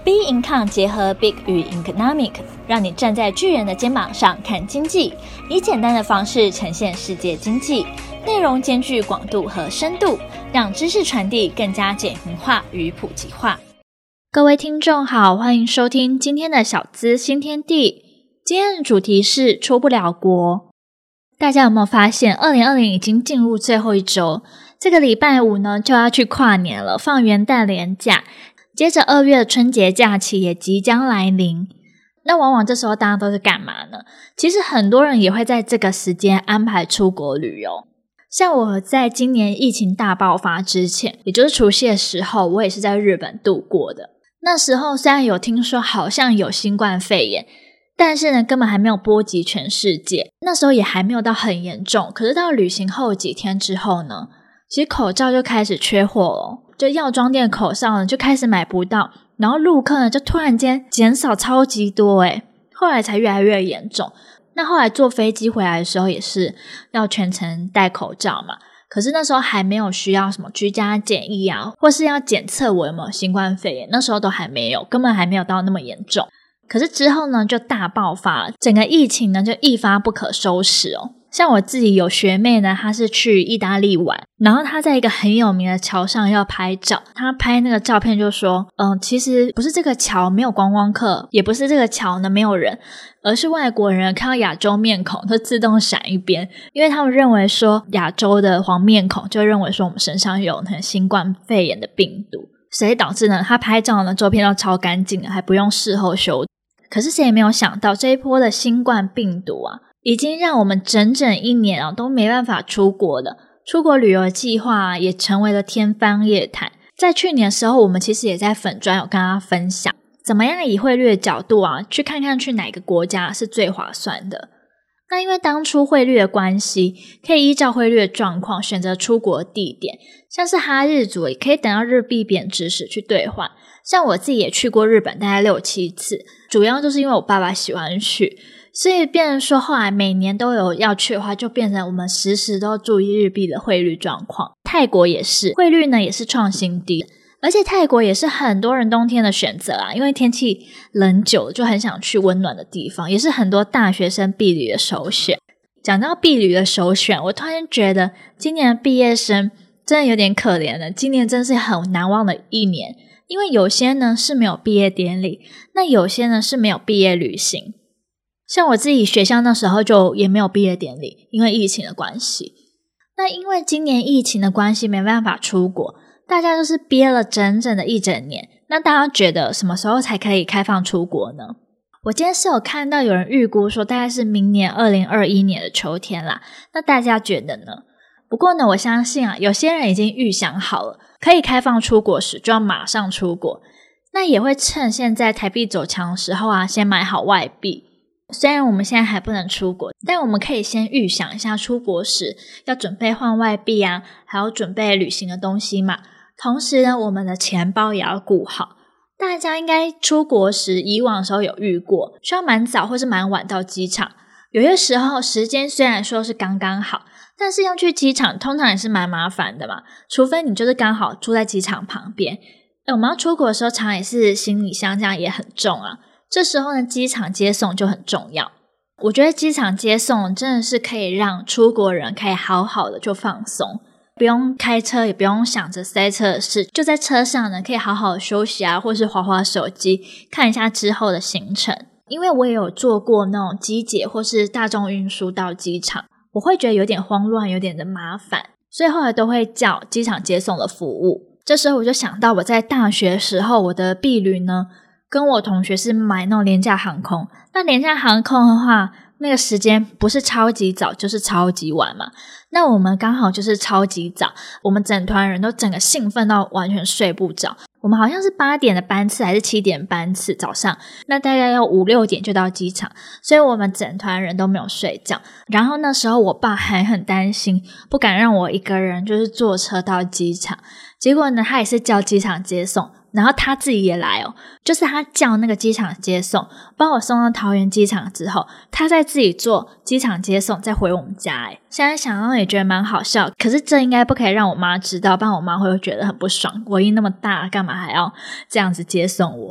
Big Income 结合 Big 与 Economic， 让你站在巨人的肩膀上看经济，以简单的方式呈现世界经济，内容兼具广度和深度，让知识传递更加简明化与普及化。各位听众好，欢迎收听今天的小资新天地。今天的主题是出不了国。大家有没有发现2020已经进入最后一周，这个礼拜五呢就要去跨年了，放元旦连假，接着2月的春节假期也即将来临。那往往这时候大家都是干嘛呢？其实很多人也会在这个时间安排出国旅游。像我在今年疫情大爆发之前，也就是除夕的时候，我也是在日本度过的。那时候虽然有听说好像有新冠肺炎，但是呢根本还没有波及全世界，那时候也还没有到很严重。可是到旅行后几天之后呢，其实口罩就开始缺货了，就药妆店口罩呢就开始买不到，然后陆客呢就突然间减少超级多后来才越来越严重。那后来坐飞机回来的时候也是要全程戴口罩嘛，可是那时候还没有需要什么居家检疫啊，或是要检测我有没有新冠肺炎，那时候都还没有，根本还没有到那么严重。可是之后呢就大爆发了，整个疫情呢就一发不可收拾哦。像我自己有学妹呢，她是去意大利玩，然后她在一个很有名的桥上要拍照，她拍那个照片就说其实不是这个桥没有观光客，也不是这个桥呢没有人，而是外国人看到亚洲面孔都自动闪一边，因为他们认为说亚洲的黄面孔就认为说我们身上有那新冠肺炎的病毒，所以导致呢她拍照呢照片都超干净的，还不用事后修。可是谁也没有想到这一波的新冠病毒啊，已经让我们整整1年都没办法出国了，出国旅游计划也成为了天方夜谭。在去年的时候，我们其实也在粉专有跟大家分享，怎么样以汇率的角度去看看去哪个国家是最划算的。那因为当初汇率的关系，可以依照汇率的状况选择出国地点，像是哈日族也可以等到日币贬值时去兑换。像我自己也去过日本大概6-7次，主要就是因为我爸爸喜欢去，所以变成说后来每年都有要去的话，就变成我们时时都注意日币的汇率状况。泰国也是，汇率呢也是创新低，而且泰国也是很多人冬天的选择因为天气冷久了就很想去温暖的地方，也是很多大学生毕旅的首选。讲到毕旅的首选，我突然觉得今年的毕业生真的有点可怜了，今年真是很难忘的一年，因为有些呢是没有毕业典礼，那有些呢是没有毕业旅行。像我自己学校那时候就也没有毕业典礼，因为疫情的关系。那因为今年疫情的关系没办法出国，大家就是憋了整整的一整年。那大家觉得什么时候才可以开放出国呢？我今天是有看到有人预估说大概是明年2021年的秋天啦，那大家觉得呢？不过呢我相信有些人已经预想好了，可以开放出国时就要马上出国，那也会趁现在台币走强的时候先买好外币。虽然我们现在还不能出国，但我们可以先预想一下出国时要准备换外币还有准备旅行的东西嘛。同时呢我们的钱包也要顾好。大家应该出国时以往的时候有遇过需要蛮早或是蛮晚到机场，有些时候时间虽然说是刚刚好，但是要去机场通常也是蛮麻烦的嘛，除非你就是刚好住在机场旁边。我们要出国的时候常也是行李箱这样也很重这时候呢机场接送就很重要。我觉得机场接送真的是可以让出国人可以好好的就放松，不用开车，也不用想着塞车的事，就在车上呢可以好好的休息或是滑滑手机，看一下之后的行程。因为我也有坐过那种机捷或是大众运输到机场，我会觉得有点慌乱，有点的麻烦，所以后来都会叫机场接送的服务。这时候我就想到我在大学的时候，我的毕旅呢跟我同学是买那种廉价航空。那廉价航空的话，那个时间不是超级早就是超级晚嘛，那我们刚好就是超级早，我们整团人都整个兴奋到完全睡不着。我们好像是8点的班次还是7点班次早上，那大概要5-6点就到机场，所以我们整团人都没有睡觉。然后那时候我爸还很担心，不敢让我一个人就是坐车到机场，结果呢他也是叫机场接送，然后他自己也来就是他叫那个机场接送把我送到桃园机场之后，他再自己坐机场接送再回我们家现在想到也觉得蛮好笑，可是这应该不可以让我妈知道，不然我妈会觉得很不爽，我一那么大干嘛还要这样子接送我。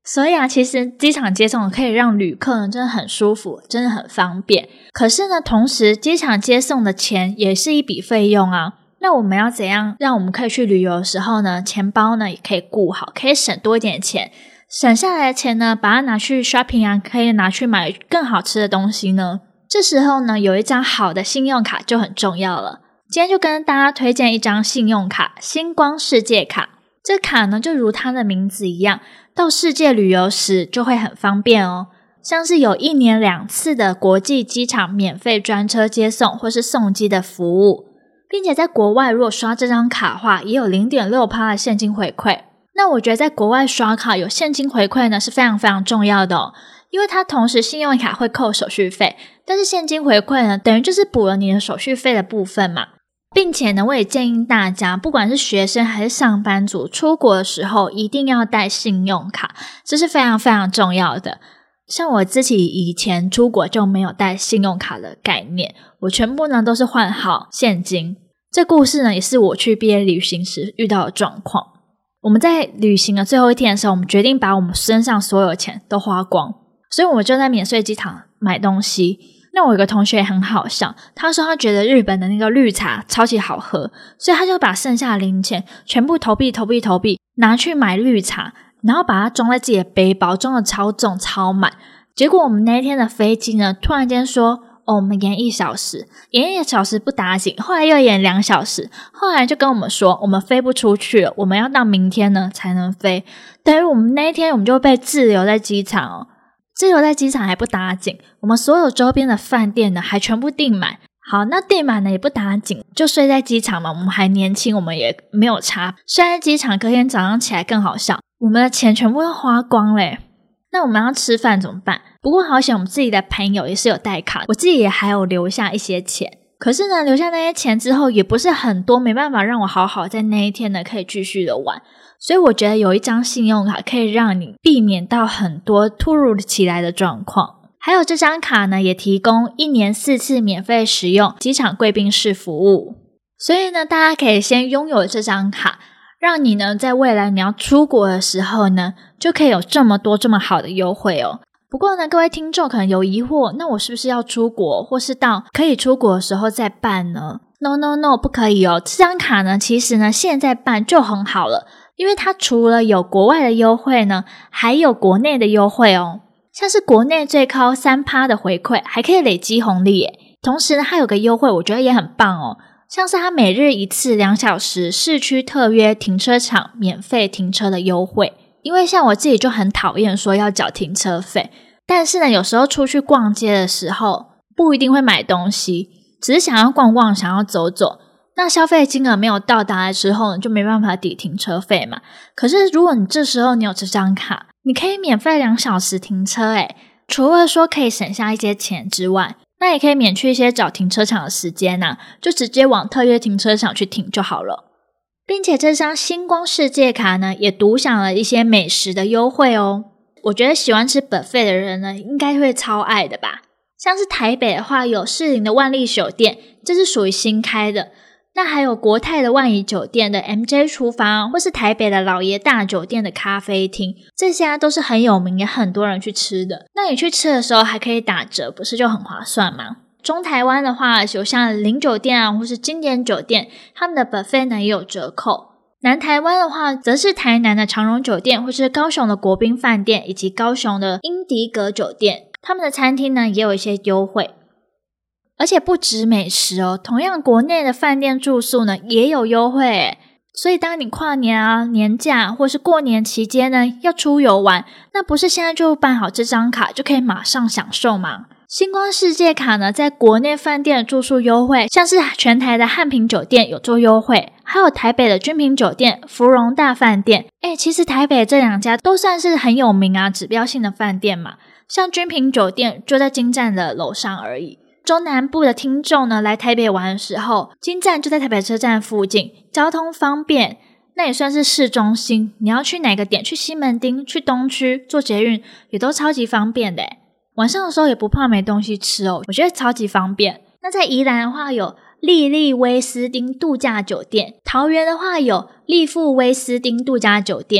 所以其实机场接送可以让旅客呢真的很舒服，真的很方便。可是呢，同时机场接送的钱也是一笔费用啊。那我们要怎样让我们可以去旅游的时候呢，钱包呢也可以顾好，可以省多一点钱，省下来的钱呢，把它拿去 shopping 可以拿去买更好吃的东西呢。这时候呢，有一张好的信用卡就很重要了。今天就跟大家推荐一张信用卡，星光世界卡。这卡呢，就如它的名字一样，到世界旅游时就会很方便哦。像是有1年2次的国际机场免费专车接送或是送机的服务，并且在国外如果刷这张卡的话，也有 0.6% 的现金回馈。那我觉得在国外刷卡有现金回馈呢是非常非常重要的哦，因为它同时信用卡会扣手续费，但是现金回馈呢等于就是补了你的手续费的部分嘛。并且呢，我也建议大家，不管是学生还是上班族，出国的时候一定要带信用卡，这是非常非常重要的。像我自己以前出国就没有带信用卡的概念，我全部呢都是换好现金。这故事呢也是我去毕业旅行时遇到的状况。我们在旅行的最后一天的时候，我们决定把我们身上所有的钱都花光，所以我们就在免税机场买东西。那我有个同学也很好笑，他说他觉得日本的那个绿茶超级好喝，所以他就把剩下的零钱全部投币拿去买绿茶，然后把它装在自己的背包，装的超重超满。结果我们那天的飞机呢，突然间说我们延1小时，延1小时不打紧，后来又延2小时，后来就跟我们说我们飞不出去了，我们要到明天呢才能飞。等于我们那一天我们就被滞留在机场哦。滞留在机场还不打紧，我们所有周边的饭店呢还全部订满。好，那订满呢也不打紧，就睡在机场嘛，我们还年轻，我们也没有差。睡在机场，隔天早上起来更好笑，我们的钱全部都花光嘞。那我们要吃饭怎么办？不过好险我们自己的朋友也是有带卡，我自己也还有留下一些钱。可是呢，留下那些钱之后也不是很多，没办法让我好好在那一天呢可以继续的玩。所以我觉得有一张信用卡可以让你避免到很多突如其来的状况。还有这张卡呢，也提供1年4次免费使用机场贵宾室服务。所以呢，大家可以先拥有这张卡，让你呢在未来你要出国的时候呢，就可以有这么多这么好的优惠哦。不过呢，各位听众可能有疑惑，那我是不是要出国或是到可以出国的时候再办呢？ No， 不可以哦。这张卡呢，其实呢现在办就很好了，因为它除了有国外的优惠呢，还有国内的优惠哦。像是国内最高 3% 的回馈，还可以累积红利耶。同时呢，它有个优惠我觉得也很棒哦，像是它每日1次2小时市区特约停车场免费停车的优惠。因为像我自己就很讨厌说要缴停车费，但是呢有时候出去逛街的时候不一定会买东西，只是想要逛逛，想要走走，那消费金额没有到达的时候呢，就没办法抵停车费嘛。可是如果你这时候你有这张卡，你可以免费2小时停车诶，除了说可以省下一些钱之外，那也可以免去一些找停车场的时间啊，就直接往特约停车场去停就好了。并且这张星光世界卡呢，也独享了一些美食的优惠哦。我觉得喜欢吃 buffet 的人呢，应该会超爱的吧。像是台北的话，有士林的万丽酒店，这是属于新开的。那还有国泰的万怡酒店的 MJ 厨房，或是台北的老爷大酒店的咖啡厅，这些都是很有名，也很多人去吃的。那你去吃的时候还可以打折，不是就很划算吗？中台湾的话，有像林酒店啊，或是经典酒店，他们的 buffet 呢也有折扣。南台湾的话，则是台南的长荣酒店，或是高雄的国宾饭店，以及高雄的英迪格酒店，他们的餐厅呢也有一些优惠。而且不止美食哦，同样国内的饭店住宿呢也有优惠耶。所以当你跨年啊、年假或是过年期间呢要出游玩，那不是现在就办好这张卡就可以马上享受吗？星光世界卡呢，在国内饭店的住宿优惠，像是全台的汉品酒店有做优惠，还有台北的君品酒店、芙蓉大饭店。其实台北这2家都算是很有名啊、指标性的饭店嘛。像君品酒店就在金站的楼上而已。中南部的听众呢，来台北玩的时候，金站就在台北车站附近，交通方便，那也算是市中心。你要去哪个点，去西门町、去东区，坐捷运也都超级方便的耶。晚上的时候也不怕没东西吃哦，我觉得超级方便。那在宜兰的话有丽丽威斯汀度假酒店，桃园的话有丽富威斯汀度假酒店，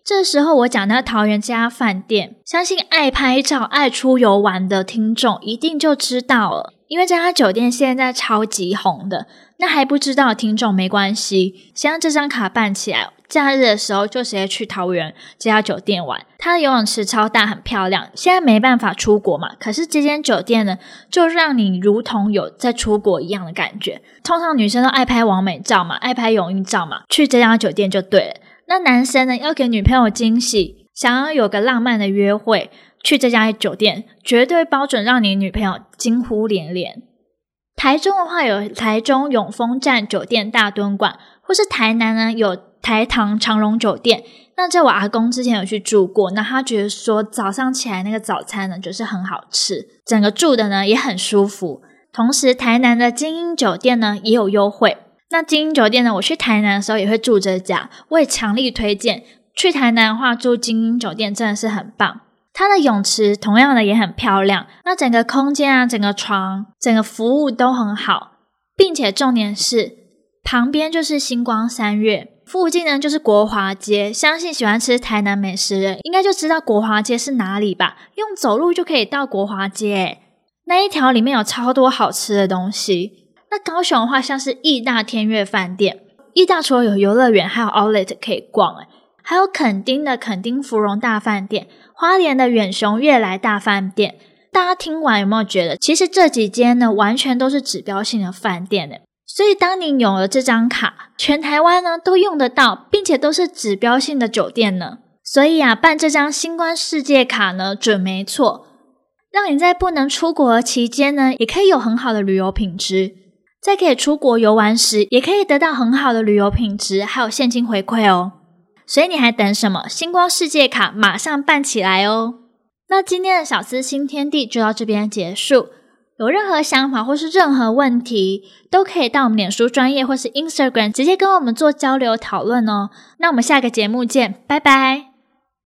这时候我讲到桃园这家饭店，相信爱拍照、爱出游玩的听众一定就知道了，因为这家酒店现在超级红的。那还不知道的听众没关系，先让这张卡办起来，假日的时候就直接去桃园这家酒店玩。它的游泳池超大，很漂亮。现在没办法出国嘛，可是这间酒店呢，就让你如同有在出国一样的感觉。通常女生都爱拍网美照嘛，爱拍泳衣照嘛，去这家酒店就对了。那男生呢，要给女朋友惊喜，想要有个浪漫的约会，去这家酒店绝对包准让你女朋友惊呼连连。台中的话有台中永丰站酒店大墩馆，或是台南呢有台糖长荣酒店。那这我阿公之前有去住过，那他觉得说早上起来那个早餐呢就是很好吃，整个住的呢也很舒服。同时台南的精英酒店呢也有优惠。那精英酒店呢，我去台南的时候也会住这家，我也强力推荐。去台南的话，住精英酒店真的是很棒。它的泳池同样的也很漂亮，那整个空间啊、整个床、整个服务都很好，并且重点是旁边就是星光三月，附近呢就是国华街。相信喜欢吃台南美食人应该就知道国华街是哪里吧，用走路就可以到国华街。那一条里面有超多好吃的东西。那高雄的话，像是义大天悦饭店，义大除了有游乐园，还有 Outlet 可以逛，还有垦丁的垦丁芙蓉大饭店，花莲的远雄悦来大饭店。大家听完有没有觉得，其实这几间呢，完全都是指标性的饭店呢？所以当你有了这张卡，全台湾呢都用得到，并且都是指标性的酒店呢。所以啊，办这张星光世界卡呢，准没错，让你在不能出国的期间呢，也可以有很好的旅游品质。在可以出国游玩时，也可以得到很好的旅游品质，还有现金回馈哦。所以你还等什么？星光世界卡马上办起来哦！那今天的小资新天地就到这边结束。有任何想法或是任何问题，都可以到我们脸书专页或是 Instagram 直接跟我们做交流讨论哦。那我们下个节目见，拜拜！